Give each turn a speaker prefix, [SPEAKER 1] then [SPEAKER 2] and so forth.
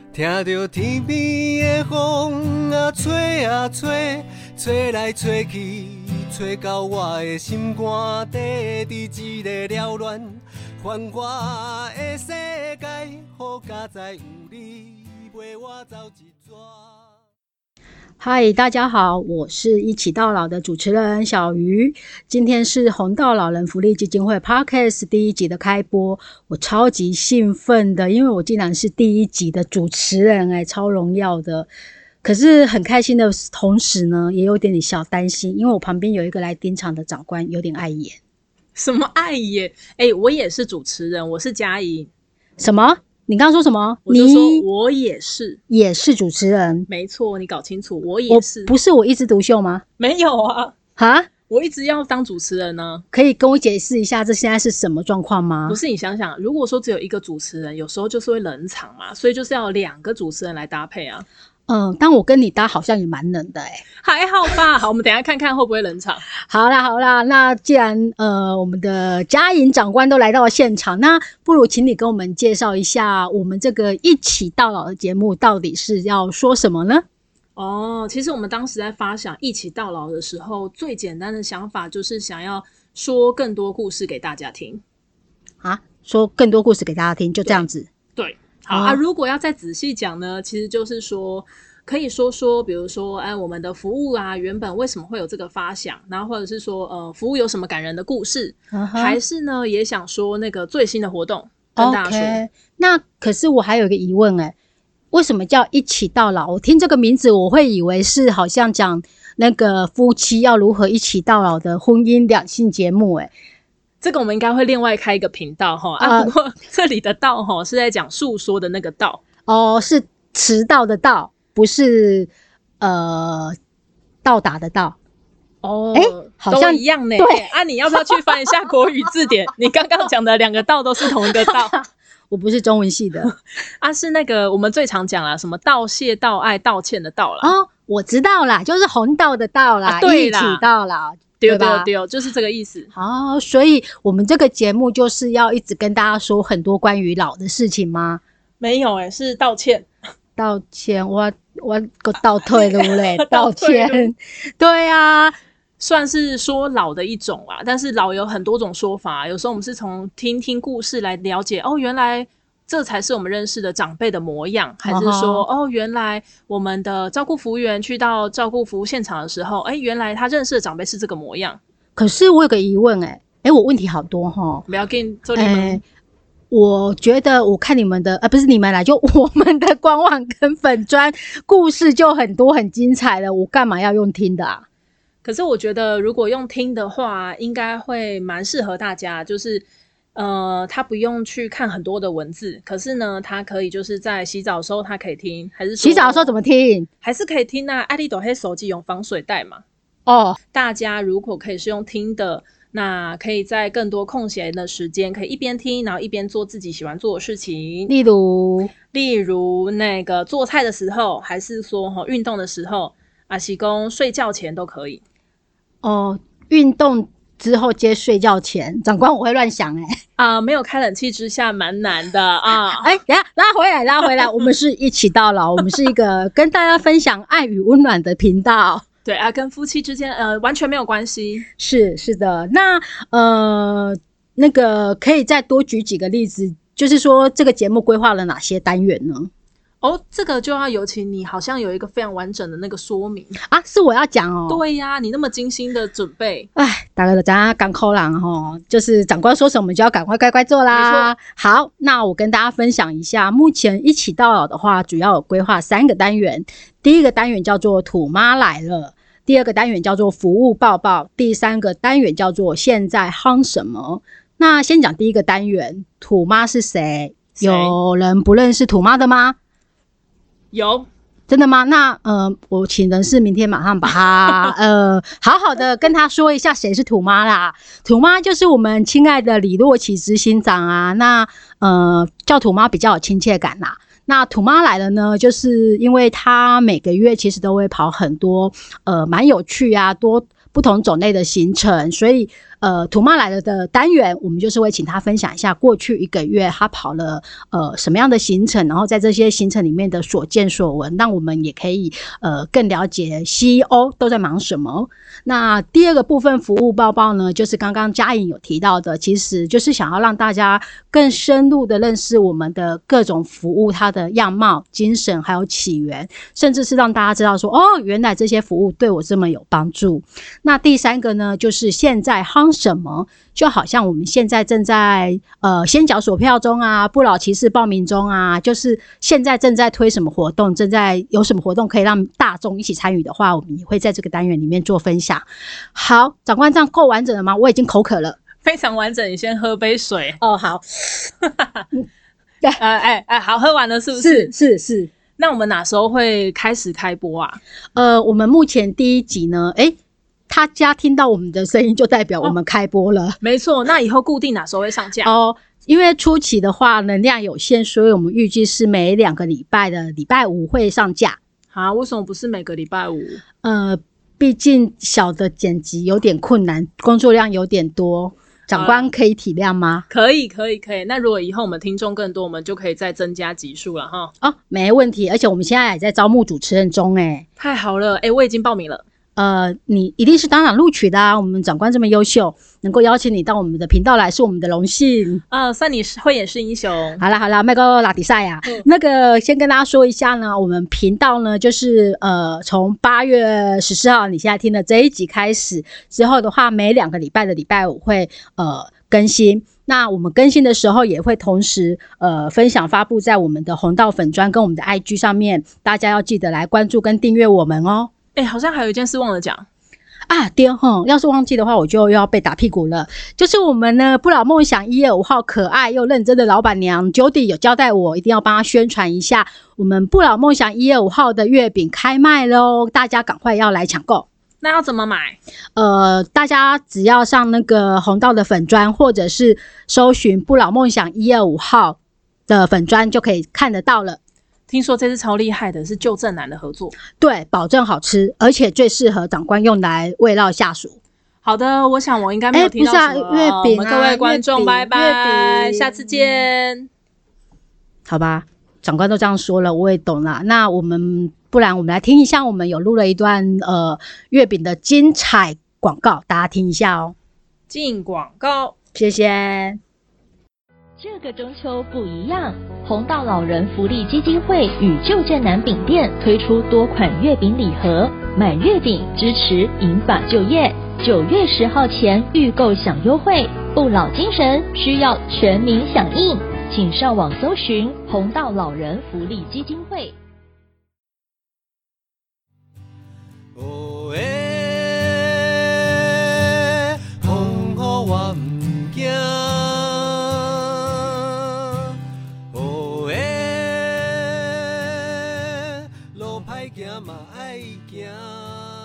[SPEAKER 1] 听着天边的风吹吹，吹来吹去，吹到我的心肝底，伫一个缭乱繁华的世界，好佳哉有你陪我走一逝。
[SPEAKER 2] 嗨，大家好，我是一起到老的主持人小鱼。今天是弘道老人福利基金会 Podcast 第1集的开播，我超级兴奋的，因为我竟然是第1集的主持人，超荣耀的。可是很开心的同时呢，也有点小担心，因为我旁边有一个来盯场的长官有点碍眼。
[SPEAKER 3] 什么碍眼？我也是主持人，我是嘉怡。
[SPEAKER 2] 什么？你刚刚说什么？
[SPEAKER 3] 我就说我也是
[SPEAKER 2] 主持人。
[SPEAKER 3] 没错，你搞清楚，我也是。
[SPEAKER 2] 不是我一枝独秀吗？
[SPEAKER 3] 没有啊。
[SPEAKER 2] 哈？
[SPEAKER 3] 我一直要当主持人呢。
[SPEAKER 2] 可以跟我解释一下这现在是什么状况吗？
[SPEAKER 3] 不是，你想想，如果说只有一个主持人，有时候就是会冷场嘛，所以就是要2个主持人来搭配啊。
[SPEAKER 2] 但我跟你搭好像也蛮冷的
[SPEAKER 3] 还好吧。好，我们等一下看看会不会冷场。
[SPEAKER 2] 好啦，那既然我们的嘉颖长官都来到了现场，那不如请你跟我们介绍一下我们这个一起到老的节目到底是要说什么呢？
[SPEAKER 3] 其实我们当时在发想一起到老的时候，最简单的想法就是想要说更多故事给大家听
[SPEAKER 2] 啊，说更多故事给大家听，就这样子。
[SPEAKER 3] 对。好如果要再仔细讲呢，其实就是说可以说比如说我们的服务原本为什么会有这个发想，然后或者是说服务有什么感人的故事还是呢也想说那个最新的活动跟大家说。
[SPEAKER 2] Okay. 那可是我还有一个疑问为什么叫一起到老？我听这个名字我会以为是好像讲那个夫妻要如何一起到老的婚姻两性节目
[SPEAKER 3] 这个我们应该会另外开一个频道不过这里的道是在讲述说的那个道
[SPEAKER 2] 是迟到的道，不是到达的道好像
[SPEAKER 3] 都一样呢。
[SPEAKER 2] 对
[SPEAKER 3] 你要不要去翻一下国语字典？你刚刚讲的2个道都是同一个道。
[SPEAKER 2] 我不是中文系的
[SPEAKER 3] 是那个我们最常讲啦，什么道谢、道爱、道歉的道啦。
[SPEAKER 2] 我知道啦，就是弘道的道啦，
[SPEAKER 3] 对啦，
[SPEAKER 2] 一起到老。
[SPEAKER 3] 对，就是这个意思。
[SPEAKER 2] 所以我们这个节目就是要一直跟大家说很多关于老的事情吗？
[SPEAKER 3] 没有是道歉。
[SPEAKER 2] 道歉，我倒退了嘞。道歉，对啊，
[SPEAKER 3] 算是说老的一种啦，但是老有很多种说法。有时候我们是从听故事来了解原来这才是我们认识的长辈的模样，还是说原来我们的照顾服务员去到照顾服务现场的时候原来他认识的长辈是这个模样。
[SPEAKER 2] 可是我有个疑问我问题好多
[SPEAKER 3] 不要跟做你们
[SPEAKER 2] 我觉得我看你们的不是你们啦，就我们的官网跟粉专故事就很多很精彩了，我干嘛要用听的
[SPEAKER 3] 可是我觉得如果用听的话应该会蛮适合大家，就是他不用去看很多的文字，可是呢他可以就是在洗澡的时候他可以听，还是说
[SPEAKER 2] 洗澡的时候怎么听？还
[SPEAKER 3] 是可以听你都黑手机用防水袋嘛大家如果可以是用听的，那可以在更多空闲的时间可以一边听然后一边做自己喜欢做的事情，
[SPEAKER 2] 例
[SPEAKER 3] 如那个做菜的时候，还是说运动的时候是说睡觉前都可以
[SPEAKER 2] 运动之后接睡觉前，长官我会乱想
[SPEAKER 3] 没有开冷气之下蛮难的
[SPEAKER 2] 等一下拉回来我们是一起到老，我们是一个跟大家分享爱与温暖的频道。
[SPEAKER 3] 对跟夫妻之间完全没有关系。是
[SPEAKER 2] 的。那那个可以再多举几个例子，就是说这个节目规划了哪些单元呢？
[SPEAKER 3] 这个就要有请你，好像有一个非常完整的那个说明
[SPEAKER 2] 是我要讲
[SPEAKER 3] 对呀，你那么精心的准备。
[SPEAKER 2] 大家都知道刚扣人就是长官说什么我们就要赶快乖乖做啦。好，那我跟大家分享一下，目前一起到老的话主要有规划3个单元。第一个单元叫做土妈来了，第二个单元叫做服务报报，第3个单元叫做现在夯什么。那先讲第一个单元，土妈是谁？有人不认识土妈的吗？
[SPEAKER 3] 有。
[SPEAKER 2] 真的吗？那我请人事明天马上把他好好的跟他说一下谁是土妈啦。土妈就是我们亲爱的李若琪执行长那叫土妈比较有亲切感啦。那土妈来了呢，就是因为她每个月其实都会跑很多蛮有趣多不同种类的行程，所以土妈来了的单元，我们就是会请他分享一下过去1个月他跑了什么样的行程，然后在这些行程里面的所见所闻，让我们也可以更了解 CEO 都在忙什么。那第二个部分服务报报呢，就是刚刚嘉颖有提到的，其实就是想要让大家更深入的认识我们的各种服务，它的样貌、精神还有起源，甚至是让大家知道说，原来这些服务对我这么有帮助。那第三个呢，就是现在夯什么，就好像我们现在正在先缴索票中啊，不老骑士报名中啊，就是现在正在推什么活动，正在有什么活动可以让大众一起参与的话，我们也会在这个单元里面做分享。好，长官这样够完整了吗？我已经口渴了。
[SPEAKER 3] 非常完整，你先喝杯水。
[SPEAKER 2] 好
[SPEAKER 3] 好，喝完了是不是？
[SPEAKER 2] 是。
[SPEAKER 3] 那我们哪时候会开始开播啊？
[SPEAKER 2] 我们目前第1集呢，大家听到我们的声音就代表我们开播了。
[SPEAKER 3] 没错，那以后固定哪时候会上架？
[SPEAKER 2] 因为初期的话能量有限，所以我们预计是每2个礼拜的礼拜5会上架。
[SPEAKER 3] 为什么不是每个礼拜5？
[SPEAKER 2] 毕竟小的剪辑有点困难，工作量有点多，长官可以体谅吗？
[SPEAKER 3] 可以。那如果以后我们听众更多，我们就可以再增加集数了哈。
[SPEAKER 2] 没问题，而且我们现在也在招募主持人中。
[SPEAKER 3] 太好了，我已经报名了。
[SPEAKER 2] 你一定是当场录取的啊！我们长官这么优秀，能够邀请你到我们的频道来，是我们的荣幸。
[SPEAKER 3] 算你慧眼识英雄。
[SPEAKER 2] 好啦，麦哥拉迪赛啊，那个先跟大家说一下呢，我们频道呢就是从8月14号你现在听的这一集开始之后的话，每2个礼拜的礼拜5会更新。那我们更新的时候也会同时分享发布在我们的红道粉专跟我们的 IG 上面，大家要记得来关注跟订阅我们哦。
[SPEAKER 3] 好像还有一件事忘了讲
[SPEAKER 2] 啊，对要是忘记的话，我就又要被打屁股了。就是我们呢，不老梦想1月5号可爱又认真的老板娘 Jody 有交代我，一定要帮她宣传一下，我们不老梦想1月5号的月饼开卖咯，大家赶快要来抢购。
[SPEAKER 3] 那要怎么买？
[SPEAKER 2] 大家只要上那个红道的粉专，或者是搜寻不老梦想1月5号的粉专就可以看得到了。
[SPEAKER 3] 听说这次超厉害的，是旧正南的合作。
[SPEAKER 2] 对，保证好吃，而且最适合长官用来慰劳下属。
[SPEAKER 3] 好的，我想我应该没有听到什么。
[SPEAKER 2] 月饼
[SPEAKER 3] 我们各位观众拜拜，下次见。
[SPEAKER 2] 好吧，长官都这样说了，我也懂了。那不然我们来听一下，我们有录了一段月饼的精彩广告，大家听一下哦。
[SPEAKER 3] 进广告，
[SPEAKER 2] 谢谢。
[SPEAKER 4] 这个中秋不一样，红道老人福利基金会与旧镇南饼店推出多款月饼礼盒，买月饼支持银发就业，9月10号前预购享优惠，不老精神需要全民响应，请上网搜寻红道老人福利基金会。
[SPEAKER 1] 风雨我不惊。路歹行嘛爱行。